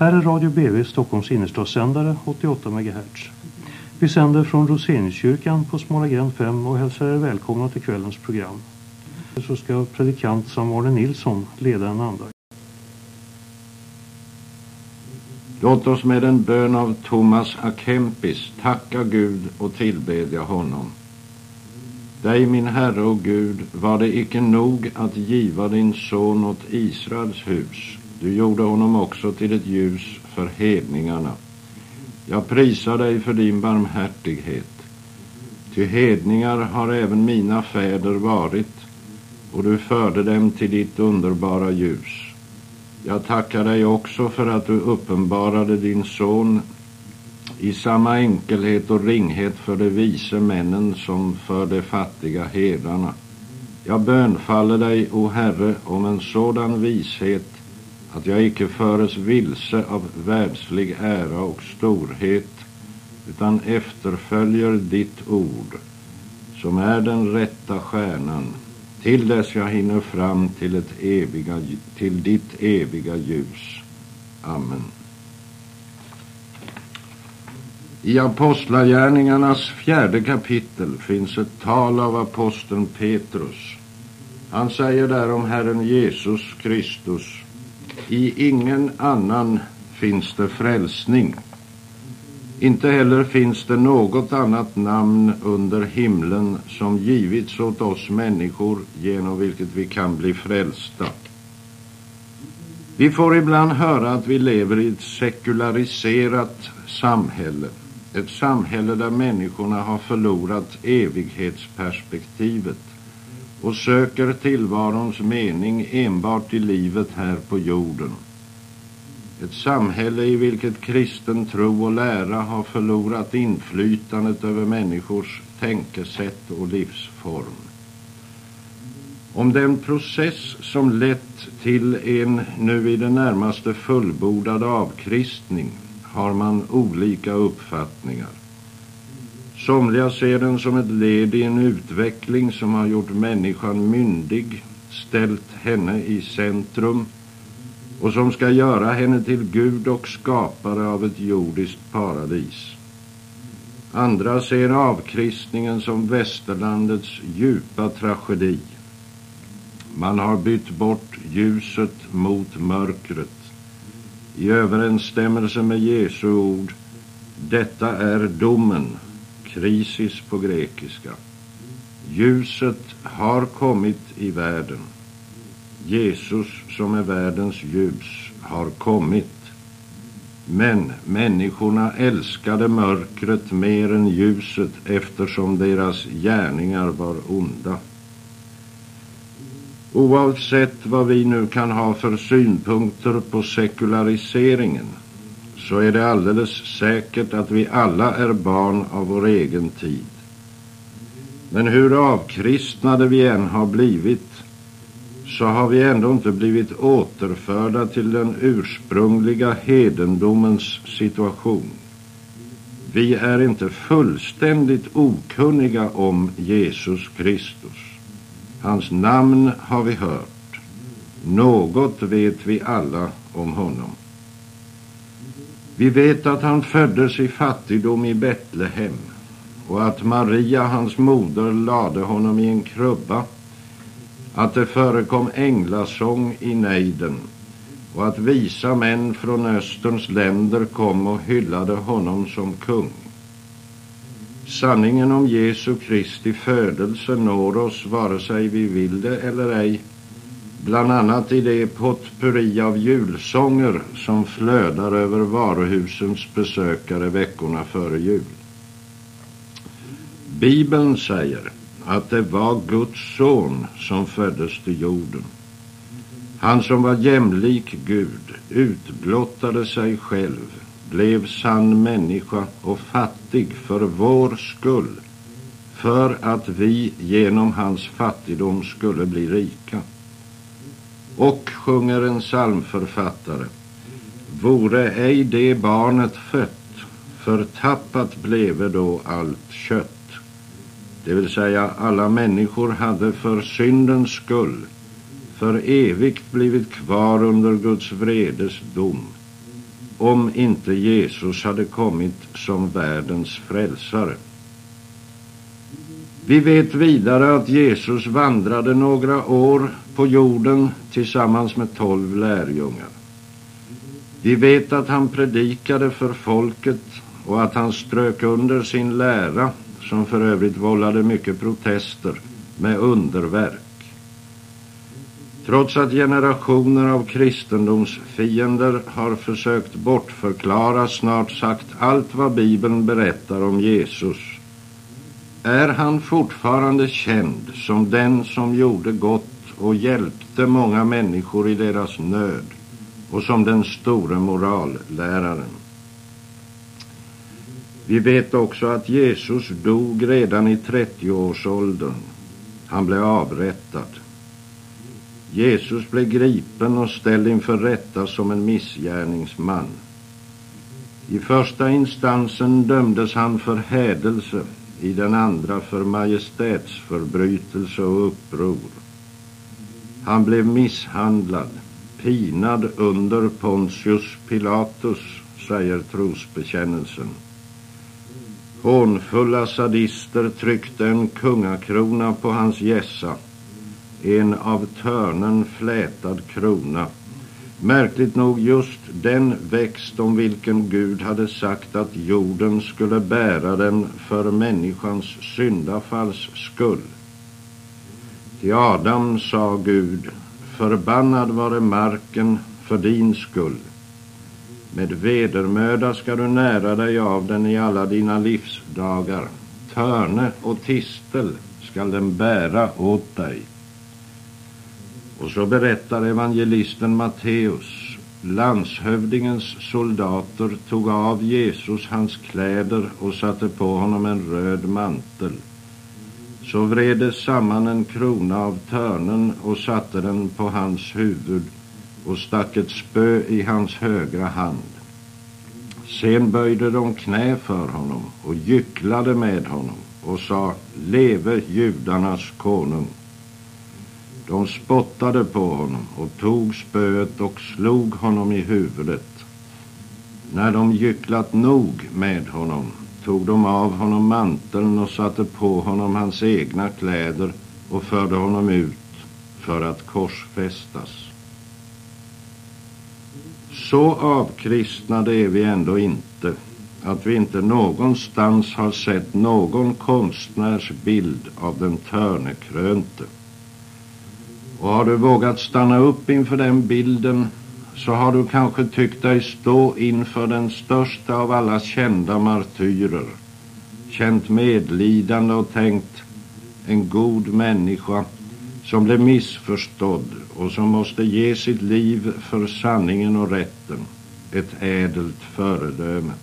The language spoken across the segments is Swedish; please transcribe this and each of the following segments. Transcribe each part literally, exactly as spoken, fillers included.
Här är Radio B V Stockholms innerstadssändare åttioåtta megahertz. Vi sänder från Roseniuskyrkan på Smålagränd fem och hälsar er välkomna till kvällens program. Så ska predikant Samuel Nilsson leda en andakt. Låt oss med en bön av Thomas A. Kempis tacka Gud och tillbedja honom. Dig, min Herre och Gud, var det icke nog att giva din son åt Israels hus. Du gjorde honom också till ett ljus för hedningarna. Jag prisar dig för din barmhärtighet. Ty hedningar har även mina fäder varit, och du förde dem till ditt underbara ljus. Jag tackar dig också för att du uppenbarade din son i samma enkelhet och ringhet för de vise männen som för de fattiga herdarna. Jag bönfaller dig, o Herre, om en sådan vishet att jag icke föres vilse av världslig ära och storhet, utan efterföljer ditt ord, som är den rätta stjärnan, till dess jag hinner fram till, ett eviga, till ditt eviga ljus. Amen. I Apostlagärningarnas fjärde kapitel finns ett tal av aposteln Petrus. Han säger där om Herren Jesus Kristus: i ingen annan finns det frälsning. Inte heller finns det något annat namn under himlen som givits åt oss människor genom vilket vi kan bli frälsta. Vi får ibland höra att vi lever i ett sekulariserat samhälle. Ett samhälle där människorna har förlorat evighetsperspektivet och söker tillvarons mening enbart i livet här på jorden. Ett samhälle i vilket kristen tro och lära har förlorat inflytandet över människors tänkesätt och livsform. Om den process som lett till en nu i det närmaste fullbordad avkristning har man olika uppfattningar. Somliga ser den som ett led i en utveckling som har gjort människan myndig, ställt henne i centrum och som ska göra henne till Gud och skapare av ett jordiskt paradis. Andra ser avkristningen som västerlandets djupa tragedi. Man har bytt bort ljuset mot mörkret. I överensstämmelse med Jesu ord: detta är domen, krisis på grekiska. Ljuset har kommit i världen. Jesus, som är världens ljus, har kommit. Men människorna älskade mörkret mer än ljuset, eftersom deras gärningar var onda. Oavsett vad vi nu kan ha för synpunkter på sekulariseringen, så är det alldeles säkert att vi alla är barn av vår egen tid. Men hur avkristnade vi än har blivit, så har vi ändå inte blivit återförda till den ursprungliga hedendomens situation. Vi är inte fullständigt okunniga om Jesus Kristus. Hans namn har vi hört. Något vet vi alla om honom. Vi vet att han föddes i fattigdom i Betlehem och att Maria, hans moder, lade honom i en krubba, att det förekom änglasång i nejden och att visa män från Österns länder kom och hyllade honom som kung. Sanningen om Jesu Kristi födelse når oss vare sig vi vill det eller ej, bland annat i det potpurri av julsånger som flödar över varuhusens besökare veckorna före jul. Bibeln säger att det var Guds son som föddes till jorden. Han som var jämlik Gud utblottade sig själv, blev sann människa och fattig för vår skull, för att vi genom hans fattigdom skulle bli rika. Och, sjunger en psalmförfattare, vore ej det barnet fött, förtappat bleve då allt kött. Det vill säga, alla människor hade för syndens skull för evigt blivit kvar under Guds vredes dom. om inte Jesus hade kommit som världens frälsare. Vi vet vidare att Jesus vandrade några år på jorden tillsammans med tolv lärjungar. Vi vet att han predikade för folket och att han strök under sin lära, som för övrigt vållade mycket protester, med underverk. Trots att generationer av kristendomsfiender har försökt bortförklara snart sagt allt vad Bibeln berättar om Jesus, är han fortfarande känd som den som gjorde gott och hjälpte många människor i deras nöd, och som den store moralläraren. Vi vet också att Jesus dog redan i trettioårsåldern. Han blev avrättad. Jesus blev gripen och ställd inför rätta som en missgärningsman. I första instansen dömdes han för hädelse, i den andra för majestätsförbrytelse och uppror. Han blev misshandlad, pinad under Pontius Pilatus, säger trosbekännelsen. Hånfulla sadister tryckte en kungakrona på hans hjässa, en av törnen flätad krona. Märkligt nog just den växt om vilken Gud hade sagt att jorden skulle bära den för människans syndafalls skull. Till Adam sa Gud: förbannad vare marken för din skull. Med vedermöda ska du nära dig av den i alla dina livsdagar. Törne och tistel skall den bära åt dig. Och så berättar evangelisten Matteus: landshövdingens soldater tog av Jesus hans kläder och satte på honom en röd mantel. Så vred samman en krona av törnen och satte den på hans huvud och stack ett spö i hans högra hand. Sen böjde de knä för honom och gycklade med honom och sa: leve judarnas konung. De spottade på honom och tog spöet och slog honom i huvudet. När de gycklat nog med honom tog de av honom manteln och satte på honom hans egna kläder och förde honom ut för att korsfästas. Så avkristnade är vi ändå inte att vi inte någonstans har sett någon konstnärs bild av den törnekrönte. Och har du vågat stanna upp inför den bilden, så har du kanske tyckt dig stå inför den största av alla kända martyrer, känt medlidande och tänkt: en god människa som blev missförstådd och som måste ge sitt liv för sanningen och rätten, ett ädelt föredöme.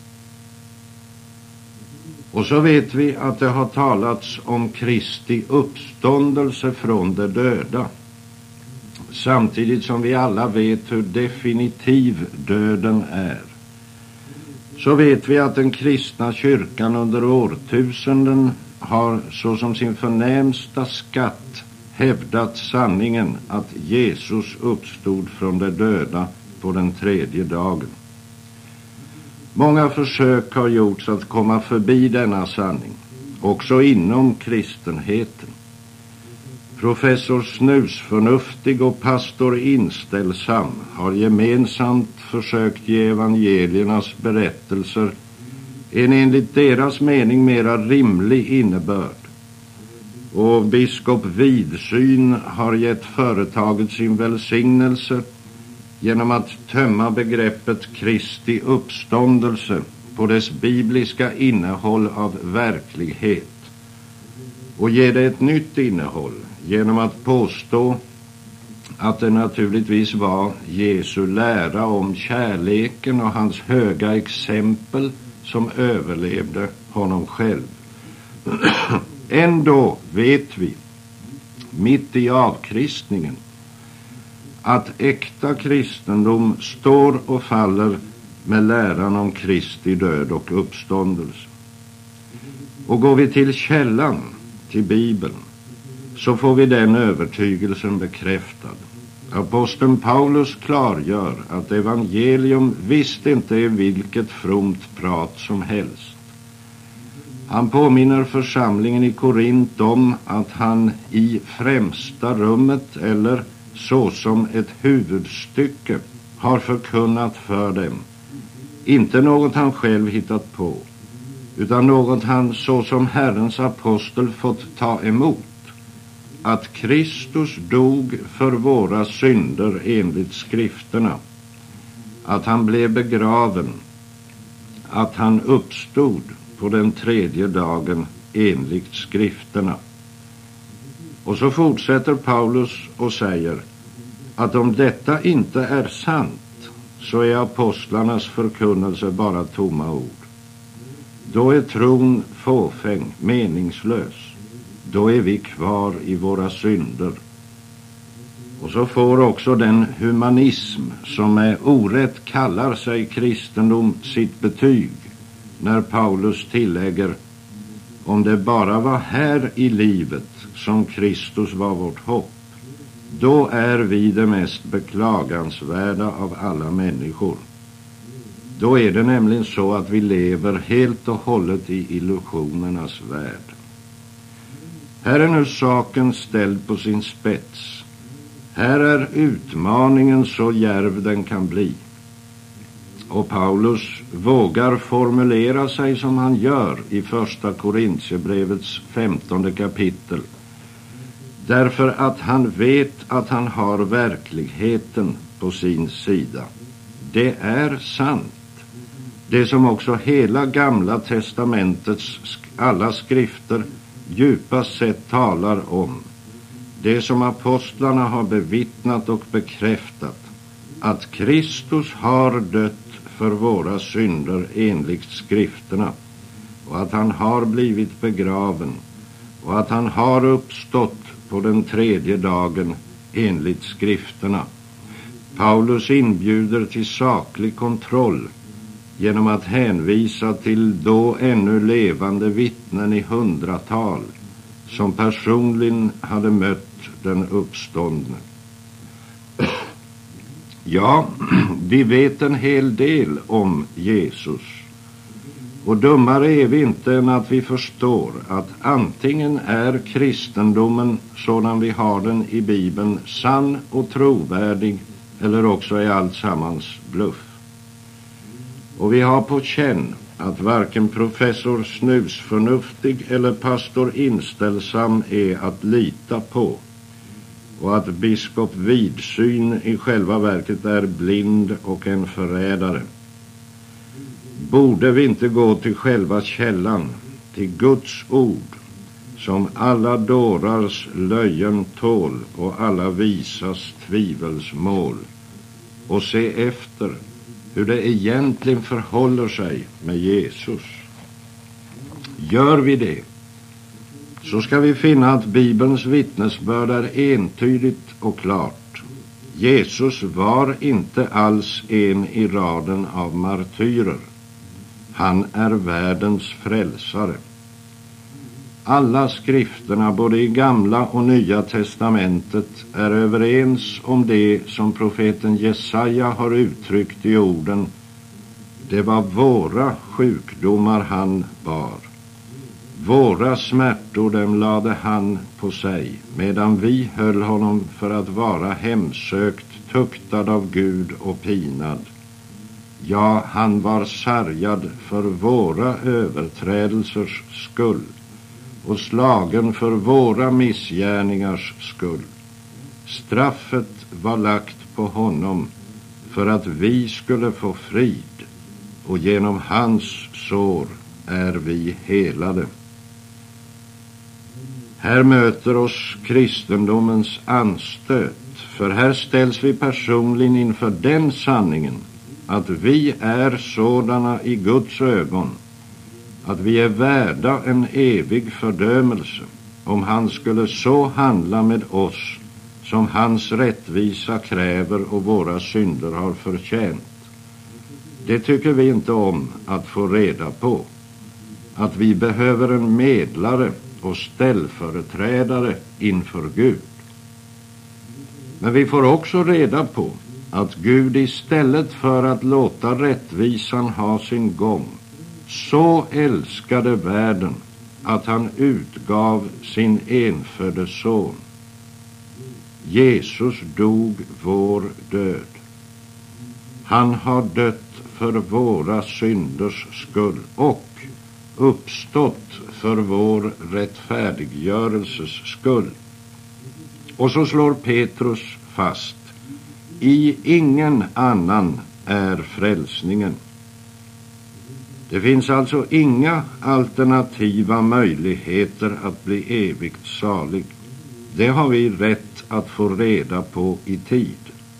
Och så vet vi att det har talats om Kristi uppståndelse från de döda, samtidigt som vi alla vet hur definitiv döden är. Så vet vi att den kristna kyrkan under årtusenden har såsom sin förnämsta skatt hävdat sanningen att Jesus uppstod från de döda på den tredje dagen. Många försök har gjorts att komma förbi denna sanning, också inom kristenheten. Professor Snusförnuftig och pastor Inställsam har gemensamt försökt ge evangeliernas berättelser en enligt deras mening mera rimlig innebörd. Och biskop Vidsyn har gett företaget sin välsignelse genom att tömma begreppet Kristi uppståndelse på dess bibliska innehåll av verklighet och ge det ett nytt innehåll genom att påstå att det naturligtvis var Jesu lära om kärleken och hans höga exempel som överlevde honom själv. Ändå vet vi, mitt i avkristningen, att äkta kristendom står och faller med läran om Kristi död och uppståndelse. Och går vi till källan, till Bibeln, så får vi den övertygelsen bekräftad. Aposteln Paulus klargör att evangelium visst inte är vilket fromt prat som helst. Han påminner församlingen i Korint om att han i främsta rummet eller såsom ett huvudstycke har förkunnat för dem, inte något han själv hittat på, utan något han såsom Herrens apostel fått ta emot, att Kristus dog för våra synder enligt skrifterna, att han blev begraven, att han uppstod på den tredje dagen enligt skrifterna. Och så fortsätter Paulus och säger att om detta inte är sant, så är apostlarnas förkunnelse bara tomma ord. Då är tron fåfäng, meningslös. Då är vi kvar i våra synder. Och så får också den humanism som med orätt kallar sig kristendom sitt betyg, när Paulus tillägger: om det bara var här i livet som Kristus var vårt hopp, då är vi det mest beklagansvärda av alla människor. Då är det nämligen så att vi lever helt och hållet i illusionernas värld. Här är nu saken ställd på sin spets. Här är utmaningen så djärv den kan bli. Och Paulus vågar formulera sig som han gör i första Korintierbrevets femtonde kapitel. Därför att han vet att han har verkligheten på sin sida. Det är sant. Det som också hela Gamla testamentets alla skrifter djupast sett talar om. Det som apostlarna har bevittnat och bekräftat. Att Kristus har dött för våra synder enligt skrifterna. Och att han har blivit begraven. Och att han har uppstått på den tredje dagen enligt skrifterna. Paulus inbjuder till saklig kontroll genom att hänvisa till då ännu levande vittnen i hundratal som personligen hade mött den uppståndne. Ja, vi vet en hel del om Jesus. Och dummare är vi inte än att vi förstår att antingen är kristendomen sådan vi har den i Bibeln sann och trovärdig, eller också är allt sammans bluff. Och vi har på känn att varken professor Snusförnuftig eller pastor Inställsam är att lita på, och att biskop Vidsyn i själva verket är blind och en förrädare. Borde vi inte gå till själva källan, till Guds ord, som alla dårars löjen tål och alla visas tvivelsmål, och se efter hur det egentligen förhåller sig med Jesus? Gör vi det, så ska vi finna att Bibelns vittnesbörd är entydigt och klart. Jesus var inte alls en i raden av martyrer. Han är världens frälsare. Alla skrifterna, både i Gamla och Nya testamentet, är överens om det som profeten Jesaja har uttryckt i orden: det var våra sjukdomar han bar. Våra smärtor dem lade han på sig, medan vi höll honom för att vara hemsökt, tuktad av Gud och pinad. Ja, han var sargad för våra överträdelsers skull och slagen för våra missgärningars skull. Straffet var lagt på honom för att vi skulle få frid, och genom hans sår är vi helade. Här möter oss kristendomens anstöt, för här ställs vi personligen inför den sanningen att vi är sådana i Guds ögon, att vi är värda en evig fördömelse om han skulle så handla med oss som hans rättvisa kräver och våra synder har förtjänt. Det tycker vi inte om att få reda på, att vi behöver en medlare och ställföreträdare inför Gud. Men vi får också reda på att Gud istället för att låta rättvisan ha sin gång så älskade världen att han utgav sin enfödde son. Jesus dog vår död. Han har dött för våra synders skull och uppstått för vår rättfärdiggörelses skull. Och så slår Petrus fast: i ingen annan är frälsningen. Det finns alltså inga alternativa möjligheter att bli evigt salig. Det har vi rätt att få reda på i tid.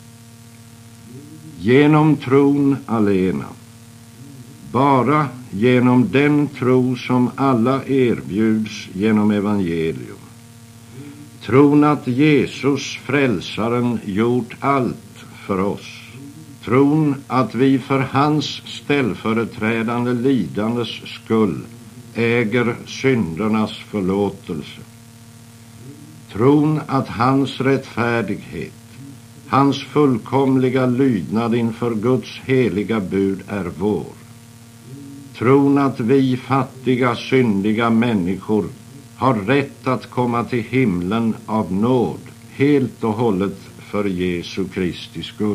Genom tron alena, bara genom den tro som alla erbjuds genom evangelium. Tron att Jesus, frälsaren, gjort allt för oss. Tron att vi för hans ställföreträdande lidandes skull äger syndernas förlåtelse. Tron att hans rättfärdighet, hans fullkomliga lydnad inför Guds heliga bud är vår. Tron att vi fattiga, syndiga människor har rätt att komma till himlen av nåd, helt och hållet för Jesu Kristi skull.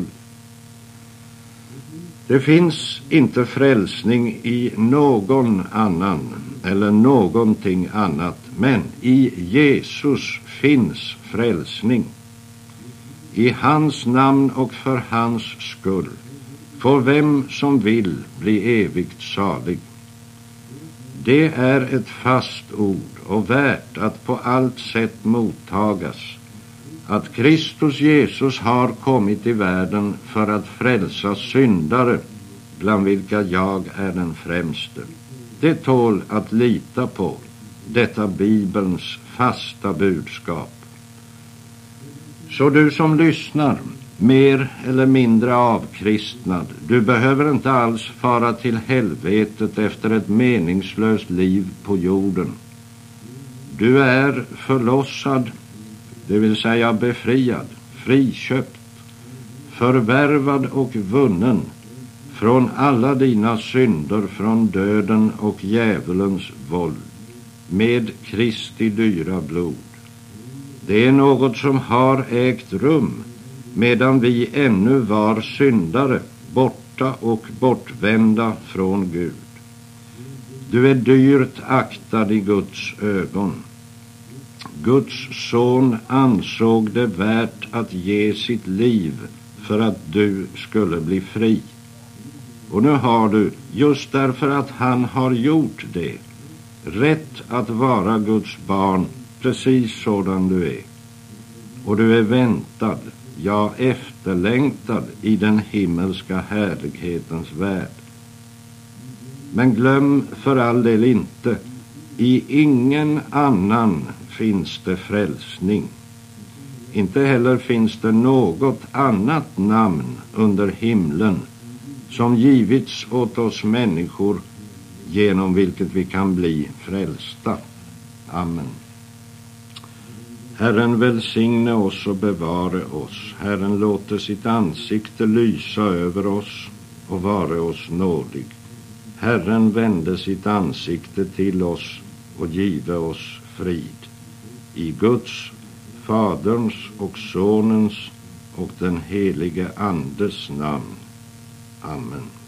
Det finns inte frälsning i någon annan eller någonting annat, men i Jesus finns frälsning. I hans namn och för hans skull får vem som vill bli evigt salig. Det är ett fast ord och värt att på allt sätt mottagas, att Kristus Jesus har kommit i världen för att frälsa syndare, bland vilka jag är den främste. Det tål att lita på, detta Bibelns fasta budskap. Så du som lyssnar, mer eller mindre avkristnad, du behöver inte alls fara till helvetet efter ett meningslöst liv på jorden. Du är förlossad, det vill säga befriad, friköpt, förvärvad och vunnen från alla dina synder, från döden och djävulens våld, med Kristi dyra blod. Det är något som har ägt rum medan vi ännu var syndare, borta och bortvända från Gud. Du är dyrt aktad i Guds ögon. Guds son ansåg det värt att ge sitt liv för att du skulle bli fri. Och nu har du, just därför att han har gjort det, rätt att vara Guds barn, precis sådan du är. Och du är väntad, ja efterlängtad i den himmelska härlighetens värld. Men glöm för all del inte, i ingen annan finns det frälsning. Inte heller finns det något annat namn under himlen som givits åt oss människor genom vilket vi kan bli frälsta. Amen. Herren välsigne oss och bevare oss. Herren låter sitt ansikte lysa över oss och vare oss nådig. Herren vände sitt ansikte till oss och give oss frid. I Guds, Faderns och Sonens och den helige Andes namn. Amen.